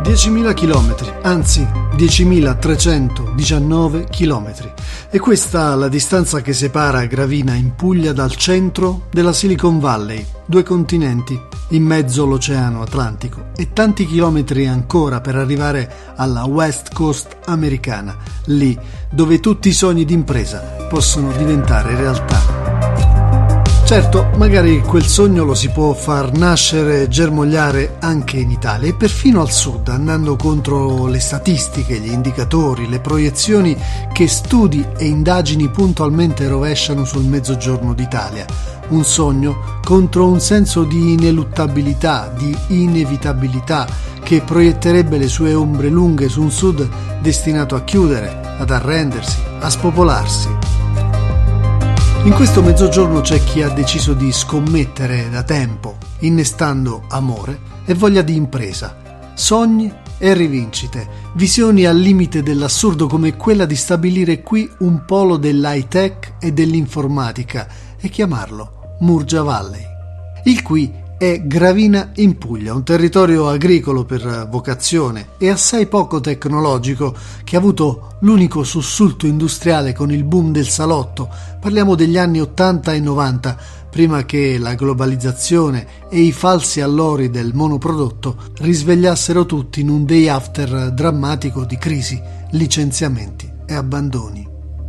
10.000 chilometri, anzi 10.319 chilometri. E questa la distanza che separa Gravina in Puglia dal centro della Silicon Valley, 2 continenti, in mezzo all'Oceano Atlantico, e tanti chilometri ancora per arrivare alla West Coast americana, lì dove tutti i sogni d'impresa possono diventare realtà. Certo, magari quel sogno lo si può far nascere e germogliare anche in Italia e perfino al sud, andando contro le statistiche, gli indicatori, le proiezioni che studi e indagini puntualmente rovesciano sul mezzogiorno d'Italia. Un sogno contro un senso di ineluttabilità, di inevitabilità, che proietterebbe le sue ombre lunghe su un sud destinato a chiudere, ad arrendersi, a spopolarsi. In questo mezzogiorno c'è chi ha deciso di scommettere da tempo, innestando amore e voglia di impresa, sogni e rivincite, visioni al limite dell'assurdo come quella di stabilire qui un polo dell'high tech e dell'informatica e chiamarlo Murgia Valley. Il qui è Gravina in Puglia, un territorio agricolo per vocazione e assai poco tecnologico che ha avuto l'unico sussulto industriale con il boom del salotto. Parliamo degli anni 80 e 90, prima che la globalizzazione e i falsi allori del monoprodotto risvegliassero tutti in un day after drammatico di crisi, licenziamenti e abbandoni.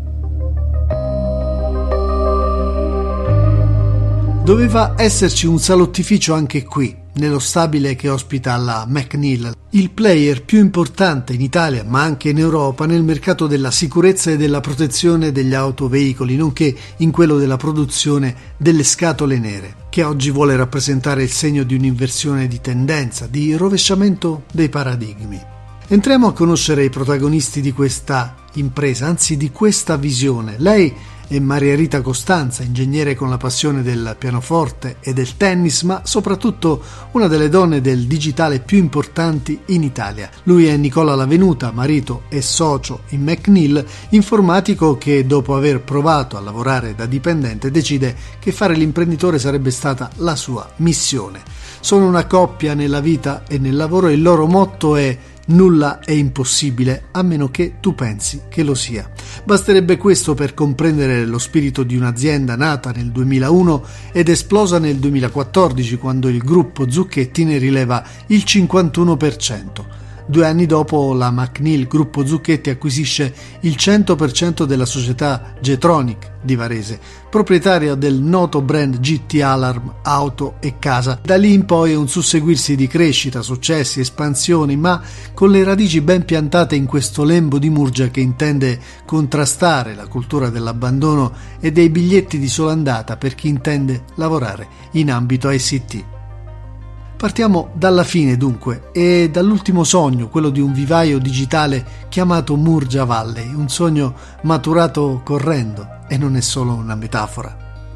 Doveva esserci un salottificio anche qui, nello stabile che ospita la McNeil, il player più importante in Italia ma anche in Europa nel mercato della sicurezza e della protezione degli autoveicoli, nonché in quello della produzione delle scatole nere, che oggi vuole rappresentare il segno di un'inversione di tendenza, di rovesciamento dei paradigmi. Entriamo a conoscere i protagonisti di questa impresa, anzi di questa visione. Lei è Maria Rita Costanza, ingegnere con la passione del pianoforte e del tennis, ma soprattutto una delle donne del digitale più importanti in Italia. Lui è Nicola Lavenuta, marito e socio in McNeil, informatico che dopo aver provato a lavorare da dipendente decide che fare l'imprenditore sarebbe stata la sua missione. Sono una coppia nella vita e nel lavoro e il loro motto è nulla è impossibile a meno che tu pensi che lo sia. Basterebbe questo per comprendere lo spirito di un'azienda nata nel 2001 ed esplosa nel 2014 quando il gruppo Zucchetti ne rileva il 51%. 2 anni dopo la McNeil Gruppo Zucchetti acquisisce il 100% della società Getronic di Varese, proprietaria del noto brand GT Alarm Auto e Casa. Da lì in poi è un susseguirsi di crescita, successi, espansioni, ma con le radici ben piantate in questo lembo di Murgia che intende contrastare la cultura dell'abbandono e dei biglietti di sola andata per chi intende lavorare in ambito ICT. Partiamo dalla fine dunque e dall'ultimo sogno, quello di un vivaio digitale chiamato Murgia Valley, un sogno maturato correndo e non è solo una metafora.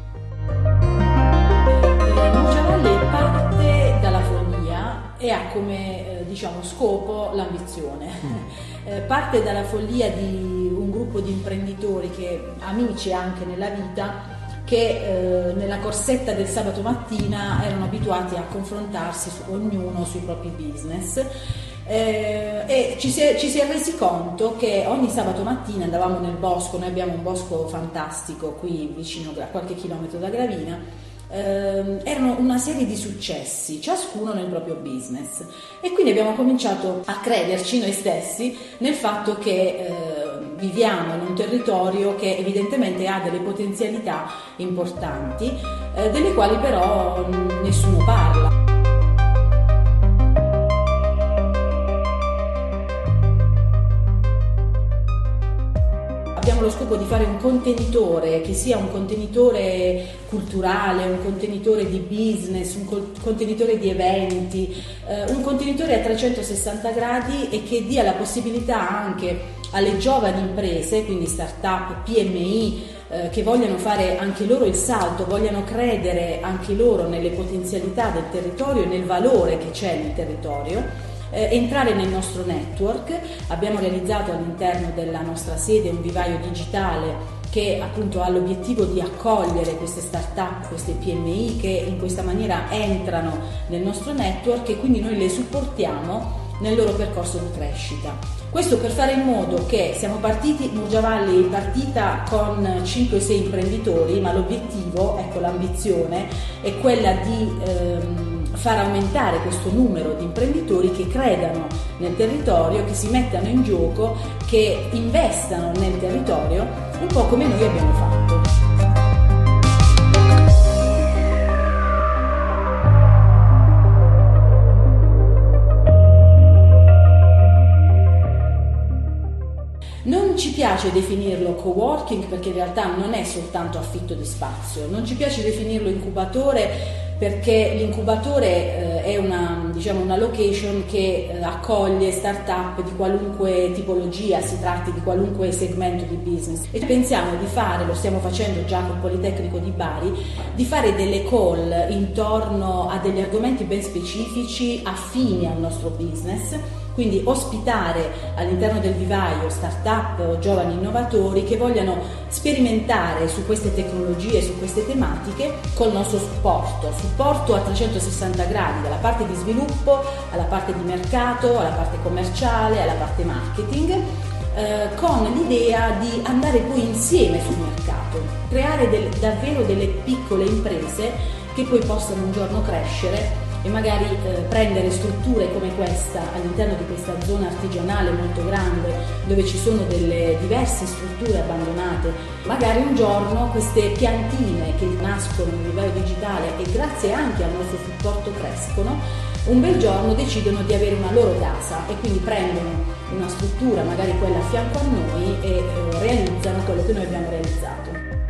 Murgia Valley parte dalla follia e ha come scopo l'ambizione. Parte dalla follia di un gruppo di imprenditori che amici anche nella vita che nella corsetta del sabato mattina erano abituati a confrontarsi ognuno sui propri business e ci si è resi conto che ogni sabato mattina andavamo nel bosco. Noi abbiamo un bosco fantastico qui vicino a qualche chilometro da Gravina. Erano una serie di successi, ciascuno nel proprio business, e quindi abbiamo cominciato a crederci noi stessi nel fatto che viviamo in un territorio che evidentemente ha delle potenzialità importanti, delle quali però nessuno parla. Abbiamo lo scopo di fare un contenitore che sia un contenitore culturale, un contenitore di business, un contenitore di eventi, un contenitore a 360 gradi e che dia la possibilità anche alle giovani imprese, quindi start-up, PMI, che vogliono fare anche loro il salto, vogliono credere anche loro nelle potenzialità del territorio e nel valore che c'è nel territorio, entrare nel nostro network. Abbiamo realizzato all'interno della nostra sede un vivaio digitale che appunto ha l'obiettivo di accogliere queste start-up, queste PMI che in questa maniera entrano nel nostro network, e quindi noi le supportiamo nel loro percorso di crescita. Questo per fare in modo che siamo partiti, Murgia-Valli è partita con 5-6 imprenditori, ma l'obiettivo, ecco l'ambizione, è quella di far aumentare questo numero di imprenditori che credano nel territorio, che si mettano in gioco, che investano nel territorio, un po' come noi abbiamo fatto. Non ci piace definirlo coworking perché in realtà non è soltanto affitto di spazio, non ci piace definirlo incubatore perché l'incubatore è una location che accoglie start-up di qualunque tipologia, si tratti di qualunque segmento di business, e pensiamo di fare, lo stiamo facendo già col Politecnico di Bari, di fare delle call intorno a degli argomenti ben specifici affini al nostro business. Quindi ospitare all'interno del vivaio start-up o giovani innovatori che vogliano sperimentare su queste tecnologie, su queste tematiche, col nostro supporto a 360 gradi, dalla parte di sviluppo alla parte di mercato, alla parte commerciale, alla parte marketing, con l'idea di andare poi insieme sul mercato, creare davvero delle piccole imprese che poi possano un giorno crescere e magari prendere strutture come questa all'interno di questa zona artigianale molto grande dove ci sono delle diverse strutture abbandonate. Magari un giorno queste piantine che nascono nel livello digitale e grazie anche al nostro supporto crescono, un bel giorno decidono di avere una loro casa e quindi prendono una struttura, magari quella a fianco a noi, e realizzano quello che noi abbiamo realizzato.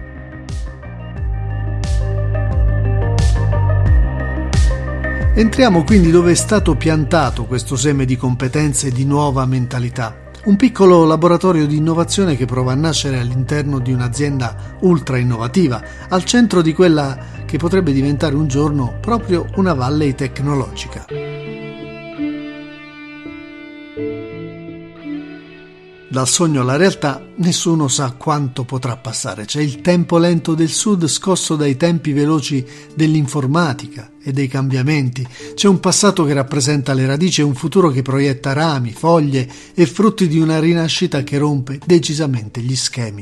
Entriamo quindi dove è stato piantato questo seme di competenze e di nuova mentalità. Un piccolo laboratorio di innovazione che prova a nascere all'interno di un'azienda ultra innovativa, al centro di quella che potrebbe diventare un giorno proprio una valley tecnologica. Dal sogno alla realtà nessuno sa quanto potrà passare. C'è il tempo lento del Sud scosso dai tempi veloci dell'informatica e dei cambiamenti. C'è un passato che rappresenta le radici e un futuro che proietta rami, foglie e frutti di una rinascita che rompe decisamente gli schemi.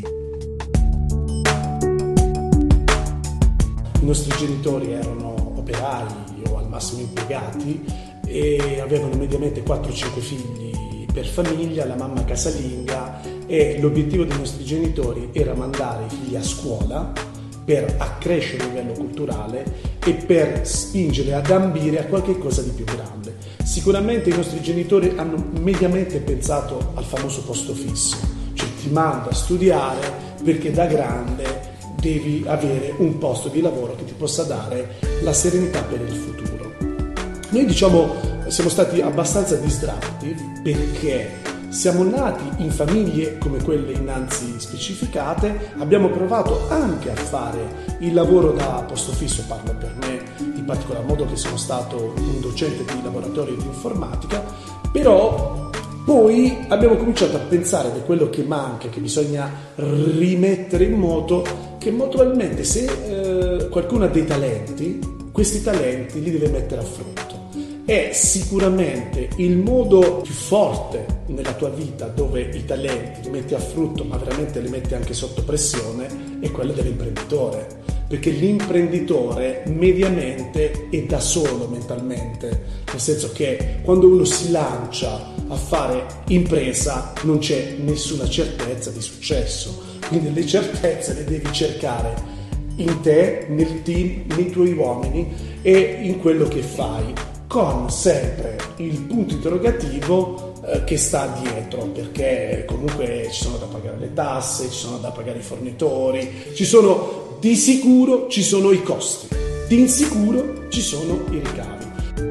I nostri genitori erano operai o al massimo impiegati e avevano mediamente 4-5 figli per famiglia, la mamma casalinga, e l'obiettivo dei nostri genitori era mandare i figli a scuola per accrescere il livello culturale e per spingere ad ambire a qualche cosa di più grande. Sicuramente i nostri genitori hanno mediamente pensato al famoso posto fisso, cioè ti mando a studiare perché da grande devi avere un posto di lavoro che ti possa dare la serenità per il futuro. Noi siamo stati abbastanza distratti perché siamo nati in famiglie come quelle innanzi specificate, abbiamo provato anche a fare il lavoro da posto fisso, parlo per me in particolar modo che sono stato un docente di laboratorio di informatica, però poi abbiamo cominciato a pensare che quello che manca, che bisogna rimettere in moto, che molto probabilmente se qualcuno ha dei talenti, questi talenti li deve mettere a frutto. È sicuramente il modo più forte nella tua vita dove i talenti li metti a frutto ma veramente li metti anche sotto pressione è quello dell'imprenditore, perché l'imprenditore mediamente è da solo mentalmente, nel senso che quando uno si lancia a fare impresa non c'è nessuna certezza di successo, quindi le certezze le devi cercare in te, nel team, nei tuoi uomini e in quello che fai, con sempre il punto interrogativo che sta dietro, perché comunque ci sono da pagare le tasse, ci sono da pagare i fornitori, di sicuro ci sono i costi, di insicuro ci sono i ricavi.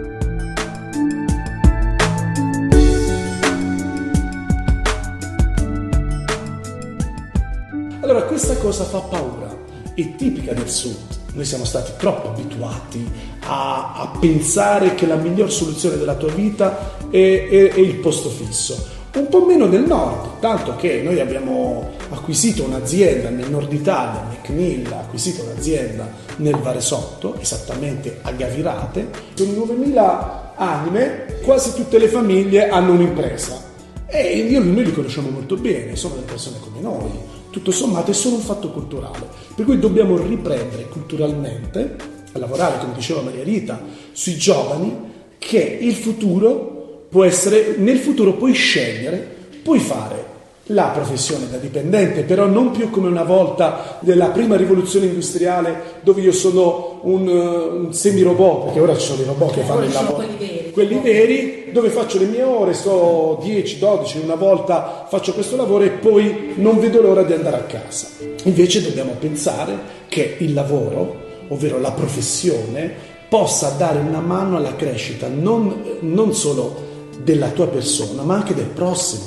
Allora questa cosa fa paura, è tipica del Sud. Noi siamo stati troppo abituati a pensare che la miglior soluzione della tua vita è il posto fisso. Un po' meno nel nord, tanto che noi abbiamo acquisito un'azienda nel nord Italia, McNeil ha acquisito un'azienda nel Varesotto, esattamente a Gavirate. Sono 9.000 anime, quasi tutte le famiglie hanno un'impresa e noi li conosciamo molto bene, sono delle persone come noi, tutto sommato è solo un fatto culturale, per cui dobbiamo riprendere culturalmente a lavorare, come diceva Maria Rita, sui giovani, che il futuro può essere, nel futuro puoi scegliere, puoi fare la professione da dipendente, però non più come una volta della prima rivoluzione industriale dove io sono un semi-robot, perché ora ci sono i robot che fanno il lavoro, quelli veri, dove faccio le mie ore, sto 10, 12, una volta faccio questo lavoro e poi non vedo l'ora di andare a casa. Invece dobbiamo pensare che il lavoro, ovvero la professione, possa dare una mano alla crescita non solo della tua persona, ma anche del prossimo.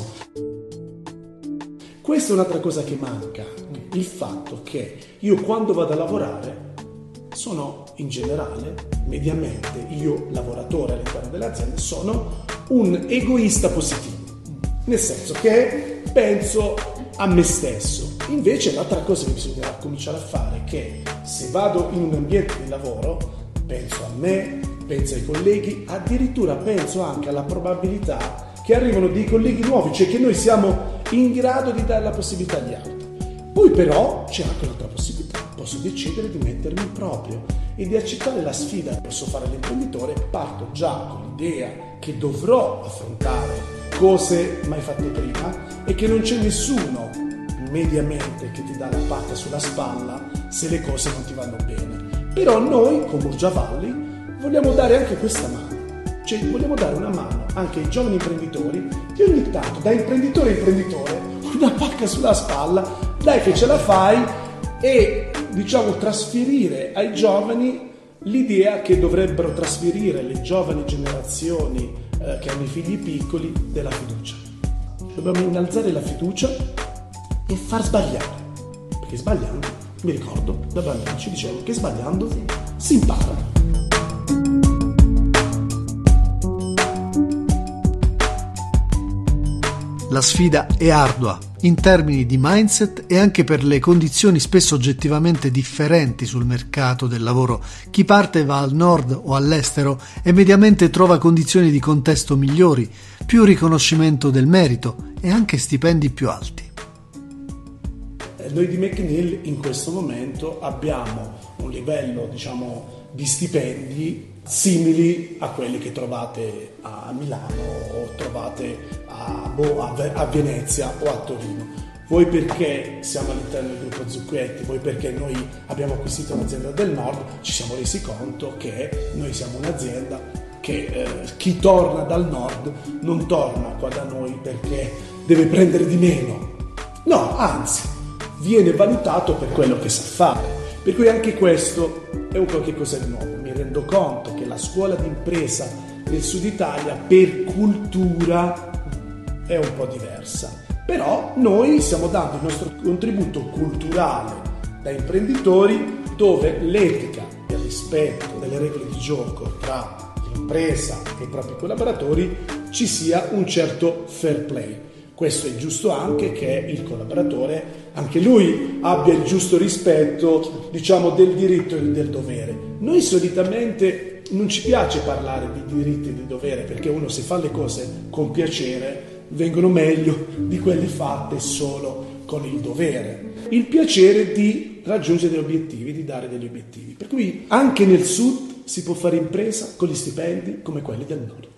Questa è un'altra cosa che manca, il fatto che io quando vado a lavorare sono in generale, mediamente, io lavoratore all'interno dell'azienda, sono un egoista positivo, nel senso che penso a me stesso. Invece l'altra cosa che bisognerà cominciare a fare è che se vado in un ambiente di lavoro penso a me, penso ai colleghi, addirittura penso anche alla probabilità che arrivano dei colleghi nuovi, cioè che noi siamo in grado di dare la possibilità agli altri. Poi però c'è anche un'altra possibilità, posso decidere di mettermi in proprio e di accettare la sfida. Posso fare l'imprenditore, parto già con l'idea che dovrò affrontare cose mai fatte prima e che non c'è nessuno mediamente che ti dà la pacca sulla spalla se le cose non ti vanno bene. Però noi, con Murgia-Valli, vogliamo dare anche questa mano. Cioè vogliamo dare una mano anche ai giovani imprenditori che ogni tanto, da imprenditore a imprenditore, una pacca sulla spalla, dai che ce la fai, e diciamo trasferire ai giovani l'idea che dovrebbero trasferire le giovani generazioni che hanno i figli piccoli, della fiducia. Dobbiamo innalzare la fiducia e far sbagliare, perché sbagliando, mi ricordo, da bambini ci dicevano che sbagliando si impara. La sfida è ardua in termini di mindset e anche per le condizioni spesso oggettivamente differenti sul mercato del lavoro. Chi parte va al nord o all'estero e mediamente trova condizioni di contesto migliori, più riconoscimento del merito e anche stipendi più alti. Noi di McNeil in questo momento abbiamo un livello, di stipendi simili a quelli che trovate a Milano o trovate a Venezia o a Torino. Voi perché siamo all'interno del gruppo Zucchetti, voi perché noi abbiamo acquisito un'azienda del nord, ci siamo resi conto che noi siamo un'azienda che chi torna dal nord non torna qua da noi perché deve prendere di meno, no, anzi viene valutato per quello che sa fare. Per cui anche questo è un qualche cosa di nuovo. Mi rendo conto che la scuola d'impresa nel sud Italia per cultura è un po' diversa, però noi stiamo dando il nostro contributo culturale da imprenditori, dove l'etica e il rispetto delle regole di gioco tra l'impresa e i propri collaboratori ci sia un certo fair play. Questo è giusto anche che il collaboratore, anche lui, abbia il giusto rispetto, del diritto e del dovere. Noi solitamente non ci piace parlare di diritti e di dovere, perché uno, se fa le cose con piacere, vengono meglio di quelle fatte solo con il dovere. Il piacere di raggiungere degli obiettivi, di dare degli obiettivi. Per cui anche nel sud si può fare impresa con gli stipendi come quelli del nord.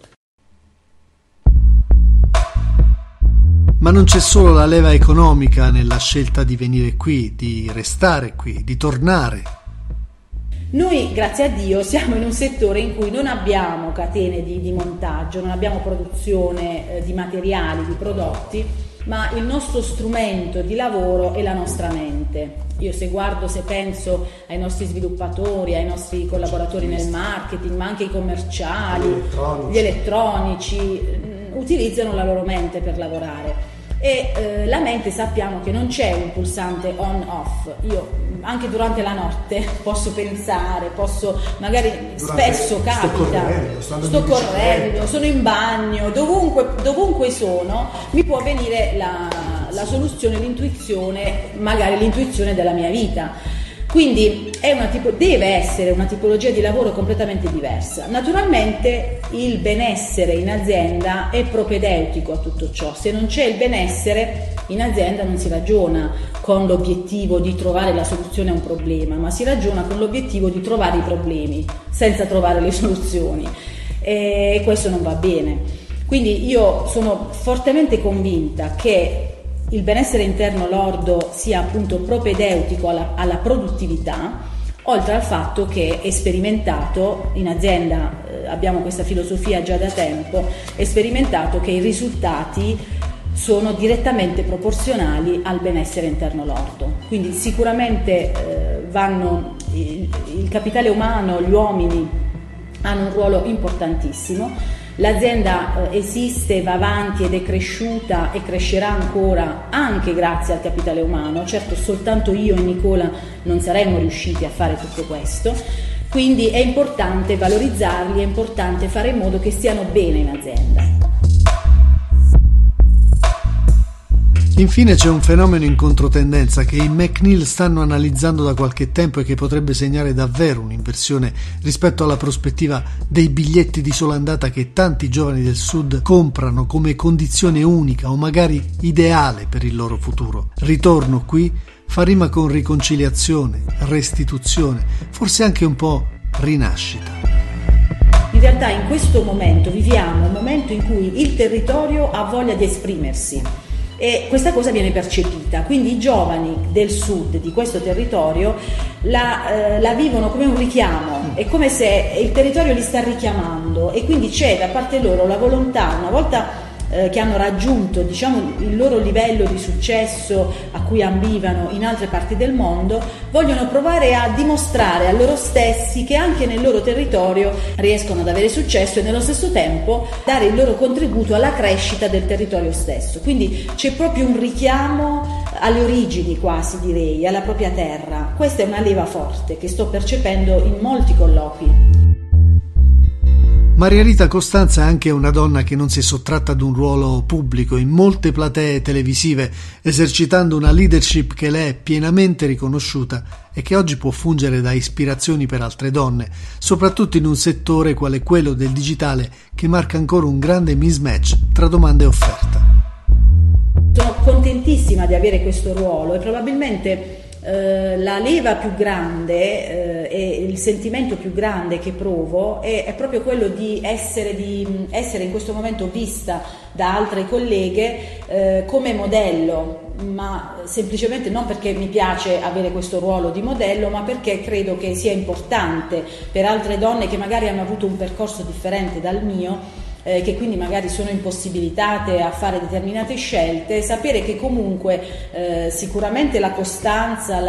Ma non c'è solo la leva economica nella scelta di venire qui, di restare qui, di tornare. Noi, grazie a Dio, siamo in un settore in cui non abbiamo catene di montaggio, non abbiamo produzione di materiali, di prodotti, ma il nostro strumento di lavoro è la nostra mente. Io se penso ai nostri sviluppatori, ai nostri collaboratori nel marketing, ma anche i commerciali, gli elettronici, utilizzano la loro mente per lavorare. E la mente, sappiamo che non c'è un pulsante on-off. Io anche durante la notte posso pensare, spesso capita, sto correndo, sono in bagno, dovunque sono, mi può venire la soluzione, l'intuizione, magari l'intuizione della mia vita. Quindi deve essere una tipologia di lavoro completamente diversa. Naturalmente il benessere in azienda è propedeutico a tutto ciò. Se non c'è il benessere in azienda non si ragiona con l'obiettivo di trovare la soluzione a un problema, ma si ragiona con l'obiettivo di trovare i problemi senza trovare le soluzioni, e questo non va bene. Quindi io sono fortemente convinta che il benessere interno lordo sia appunto propedeutico alla produttività, oltre al fatto che è sperimentato in azienda, abbiamo questa filosofia già da tempo, è sperimentato che i risultati sono direttamente proporzionali al benessere interno lordo. Quindi sicuramente il capitale umano, gli uomini hanno un ruolo importantissimo. L'azienda esiste, va avanti ed è cresciuta e crescerà ancora anche grazie al capitale umano. Certo, soltanto io e Nicola non saremmo riusciti a fare tutto questo, quindi è importante valorizzarli, è importante fare in modo che stiano bene in azienda. Infine c'è un fenomeno in controtendenza che i McNeil stanno analizzando da qualche tempo e che potrebbe segnare davvero un'inversione rispetto alla prospettiva dei biglietti di sola andata che tanti giovani del Sud comprano come condizione unica o magari ideale per il loro futuro. Ritorno qui fa rima con riconciliazione, restituzione, forse anche un po' rinascita. In realtà in questo momento viviamo un momento in cui il territorio ha voglia di esprimersi. E questa cosa viene percepita, quindi i giovani del sud di questo territorio la vivono come un richiamo, è come se il territorio li sta richiamando, e quindi c'è da parte loro la volontà, una volta che hanno raggiunto il loro livello di successo a cui ambivano in altre parti del mondo, vogliono provare a dimostrare a loro stessi che anche nel loro territorio riescono ad avere successo e nello stesso tempo dare il loro contributo alla crescita del territorio stesso. Quindi c'è proprio un richiamo alle origini, quasi direi, alla propria terra. Questa è una leva forte che sto percependo in molti colloqui. Maria Rita Costanza è anche una donna che non si è sottratta ad un ruolo pubblico in molte platee televisive, esercitando una leadership che le è pienamente riconosciuta e che oggi può fungere da ispirazione per altre donne, soprattutto in un settore quale quello del digitale che marca ancora un grande mismatch tra domanda e offerta. Sono contentissima di avere questo ruolo e probabilmente la leva più grande e il sentimento più grande che provo è proprio quello di essere in questo momento vista da altre colleghe come modello, ma semplicemente non perché mi piace avere questo ruolo di modello, ma perché credo che sia importante per altre donne che magari hanno avuto un percorso differente dal mio, che quindi magari sono impossibilitate a fare determinate scelte, sapere che comunque sicuramente la costanza,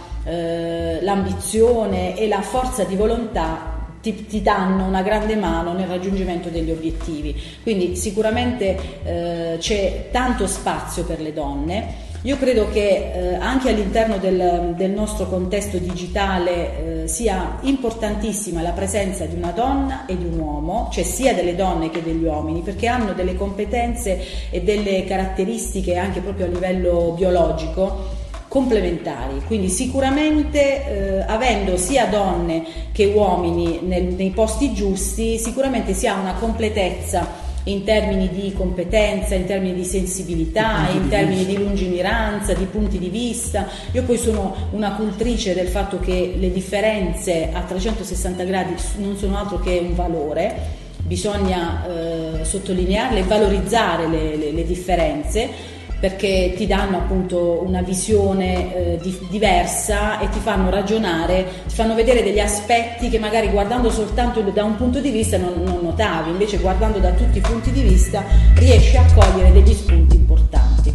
l'ambizione e la forza di volontà ti danno una grande mano nel raggiungimento degli obiettivi. Quindi sicuramente c'è tanto spazio per le donne. Io credo che anche all'interno del nostro contesto digitale sia importantissima la presenza di una donna e di un uomo, cioè sia delle donne che degli uomini, perché hanno delle competenze e delle caratteristiche anche proprio a livello biologico complementari. Quindi sicuramente avendo sia donne che uomini nei posti giusti, sicuramente si ha una completezza in termini di competenza, in termini di sensibilità, in termini di lungimiranza, di punti di vista. Io poi sono una cultrice del fatto che le differenze a 360 gradi non sono altro che un valore, bisogna sottolinearle e valorizzare le differenze, perché ti danno appunto una visione diversa e ti fanno ragionare, ti fanno vedere degli aspetti che magari guardando soltanto da un punto di vista non notavi, invece guardando da tutti i punti di vista riesci a cogliere degli spunti importanti.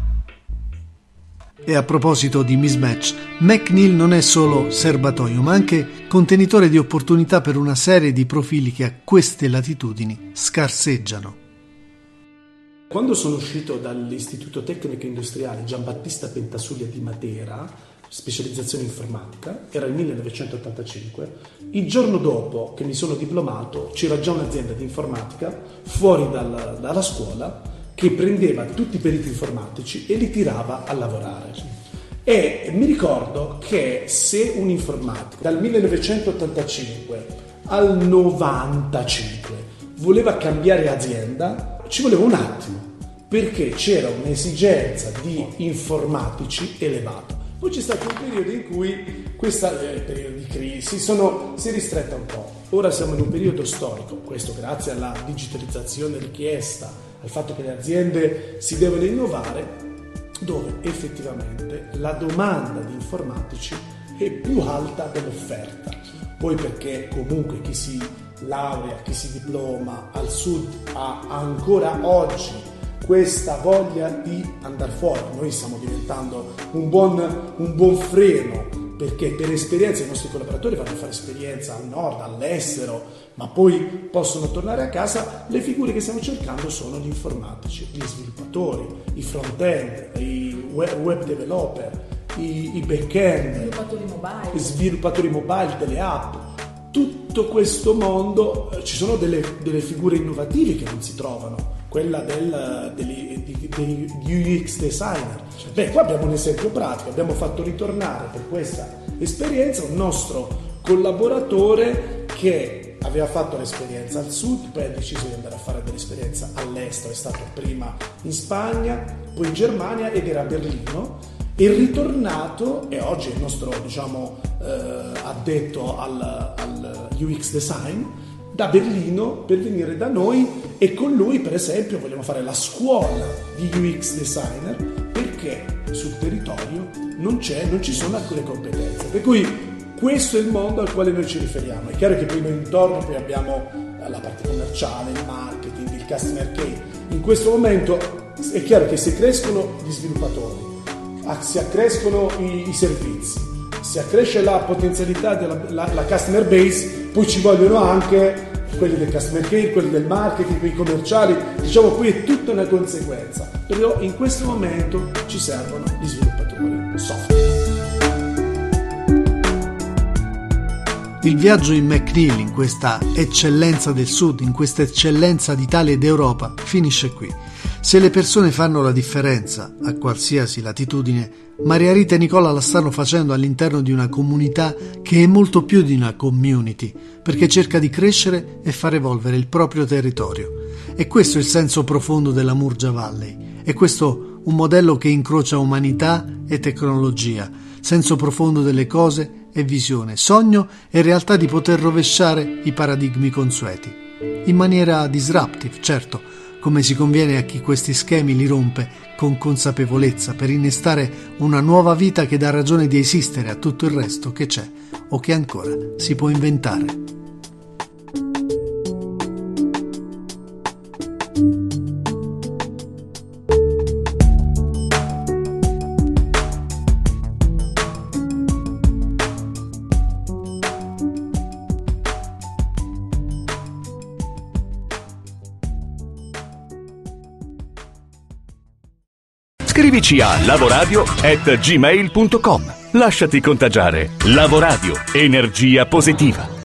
E a proposito di mismatch, McNeil non è solo serbatoio, ma anche contenitore di opportunità per una serie di profili che a queste latitudini scarseggiano. Quando sono uscito dall'Istituto Tecnico Industriale Giambattista Pentasuglia di Matera, specializzazione informatica, era il 1985, il giorno dopo che mi sono diplomato c'era già un'azienda di informatica fuori dalla scuola che prendeva tutti i periti informatici e li tirava a lavorare. E mi ricordo che se un informatico dal 1985 al 95 voleva cambiare azienda, ci voleva un attimo, perché c'era un'esigenza di informatici elevato. Poi c'è stato un periodo in cui questo periodo di crisi si è ristretta un po'. Ora siamo in un periodo storico, questo grazie alla digitalizzazione richiesta, al fatto che le aziende si devono innovare, dove effettivamente la domanda di informatici è più alta dell'offerta. Poi perché comunque chi si laurea, chi si diploma al sud ha ancora oggi questa voglia di andare fuori. Noi stiamo diventando un buon freno, perché per esperienza i nostri collaboratori vanno a fare esperienza al nord, all'estero, ma poi possono tornare a casa. Le figure che stiamo cercando sono gli informatici, gli sviluppatori, i front-end, i web developer, i back-end, sviluppatori mobile delle app. Tutto questo mondo, ci sono delle figure innovative che non si trovano, quella degli UX designer. Qua abbiamo un esempio pratico, abbiamo fatto ritornare per questa esperienza un nostro collaboratore che aveva fatto l'esperienza al sud, poi ha deciso di andare a fare dell'esperienza all'estero, è stato prima in Spagna, poi in Germania ed era a Berlino, è ritornato e oggi è il nostro addetto al UX design da Berlino per venire da noi, e con lui per esempio vogliamo fare la scuola di UX designer, perché sul territorio non ci sono alcune competenze, per cui questo è il mondo al quale noi ci riferiamo. È chiaro che poi noi intorno poi abbiamo la parte commerciale, il marketing, il customer care. In questo momento è chiaro che se crescono gli sviluppatori, si accrescono i servizi, si accresce la potenzialità della customer base, poi ci vogliono anche quelli del customer care, quelli del marketing, quelli commerciali. Diciamo, qui è tutta una conseguenza, però in questo momento ci servono gli sviluppatori software. Il viaggio in McNeil, in questa eccellenza del Sud, in questa eccellenza d'Italia ed Europa, finisce qui. Se le persone fanno la differenza, a qualsiasi latitudine, Maria Rita e Nicola la stanno facendo all'interno di una comunità che è molto più di una community, perché cerca di crescere e far evolvere il proprio territorio. E questo è il senso profondo della Murgia Valley. È questo un modello che incrocia umanità e tecnologia, senso profondo delle cose e visione, sogno e realtà di poter rovesciare i paradigmi consueti. In maniera disruptive, certo, come si conviene a chi questi schemi li rompe con consapevolezza per innestare una nuova vita che dà ragione di esistere a tutto il resto che c'è o che ancora si può inventare. Scrivici a lavoradio@gmail.com. Lasciati contagiare. Lavoradio, energia positiva.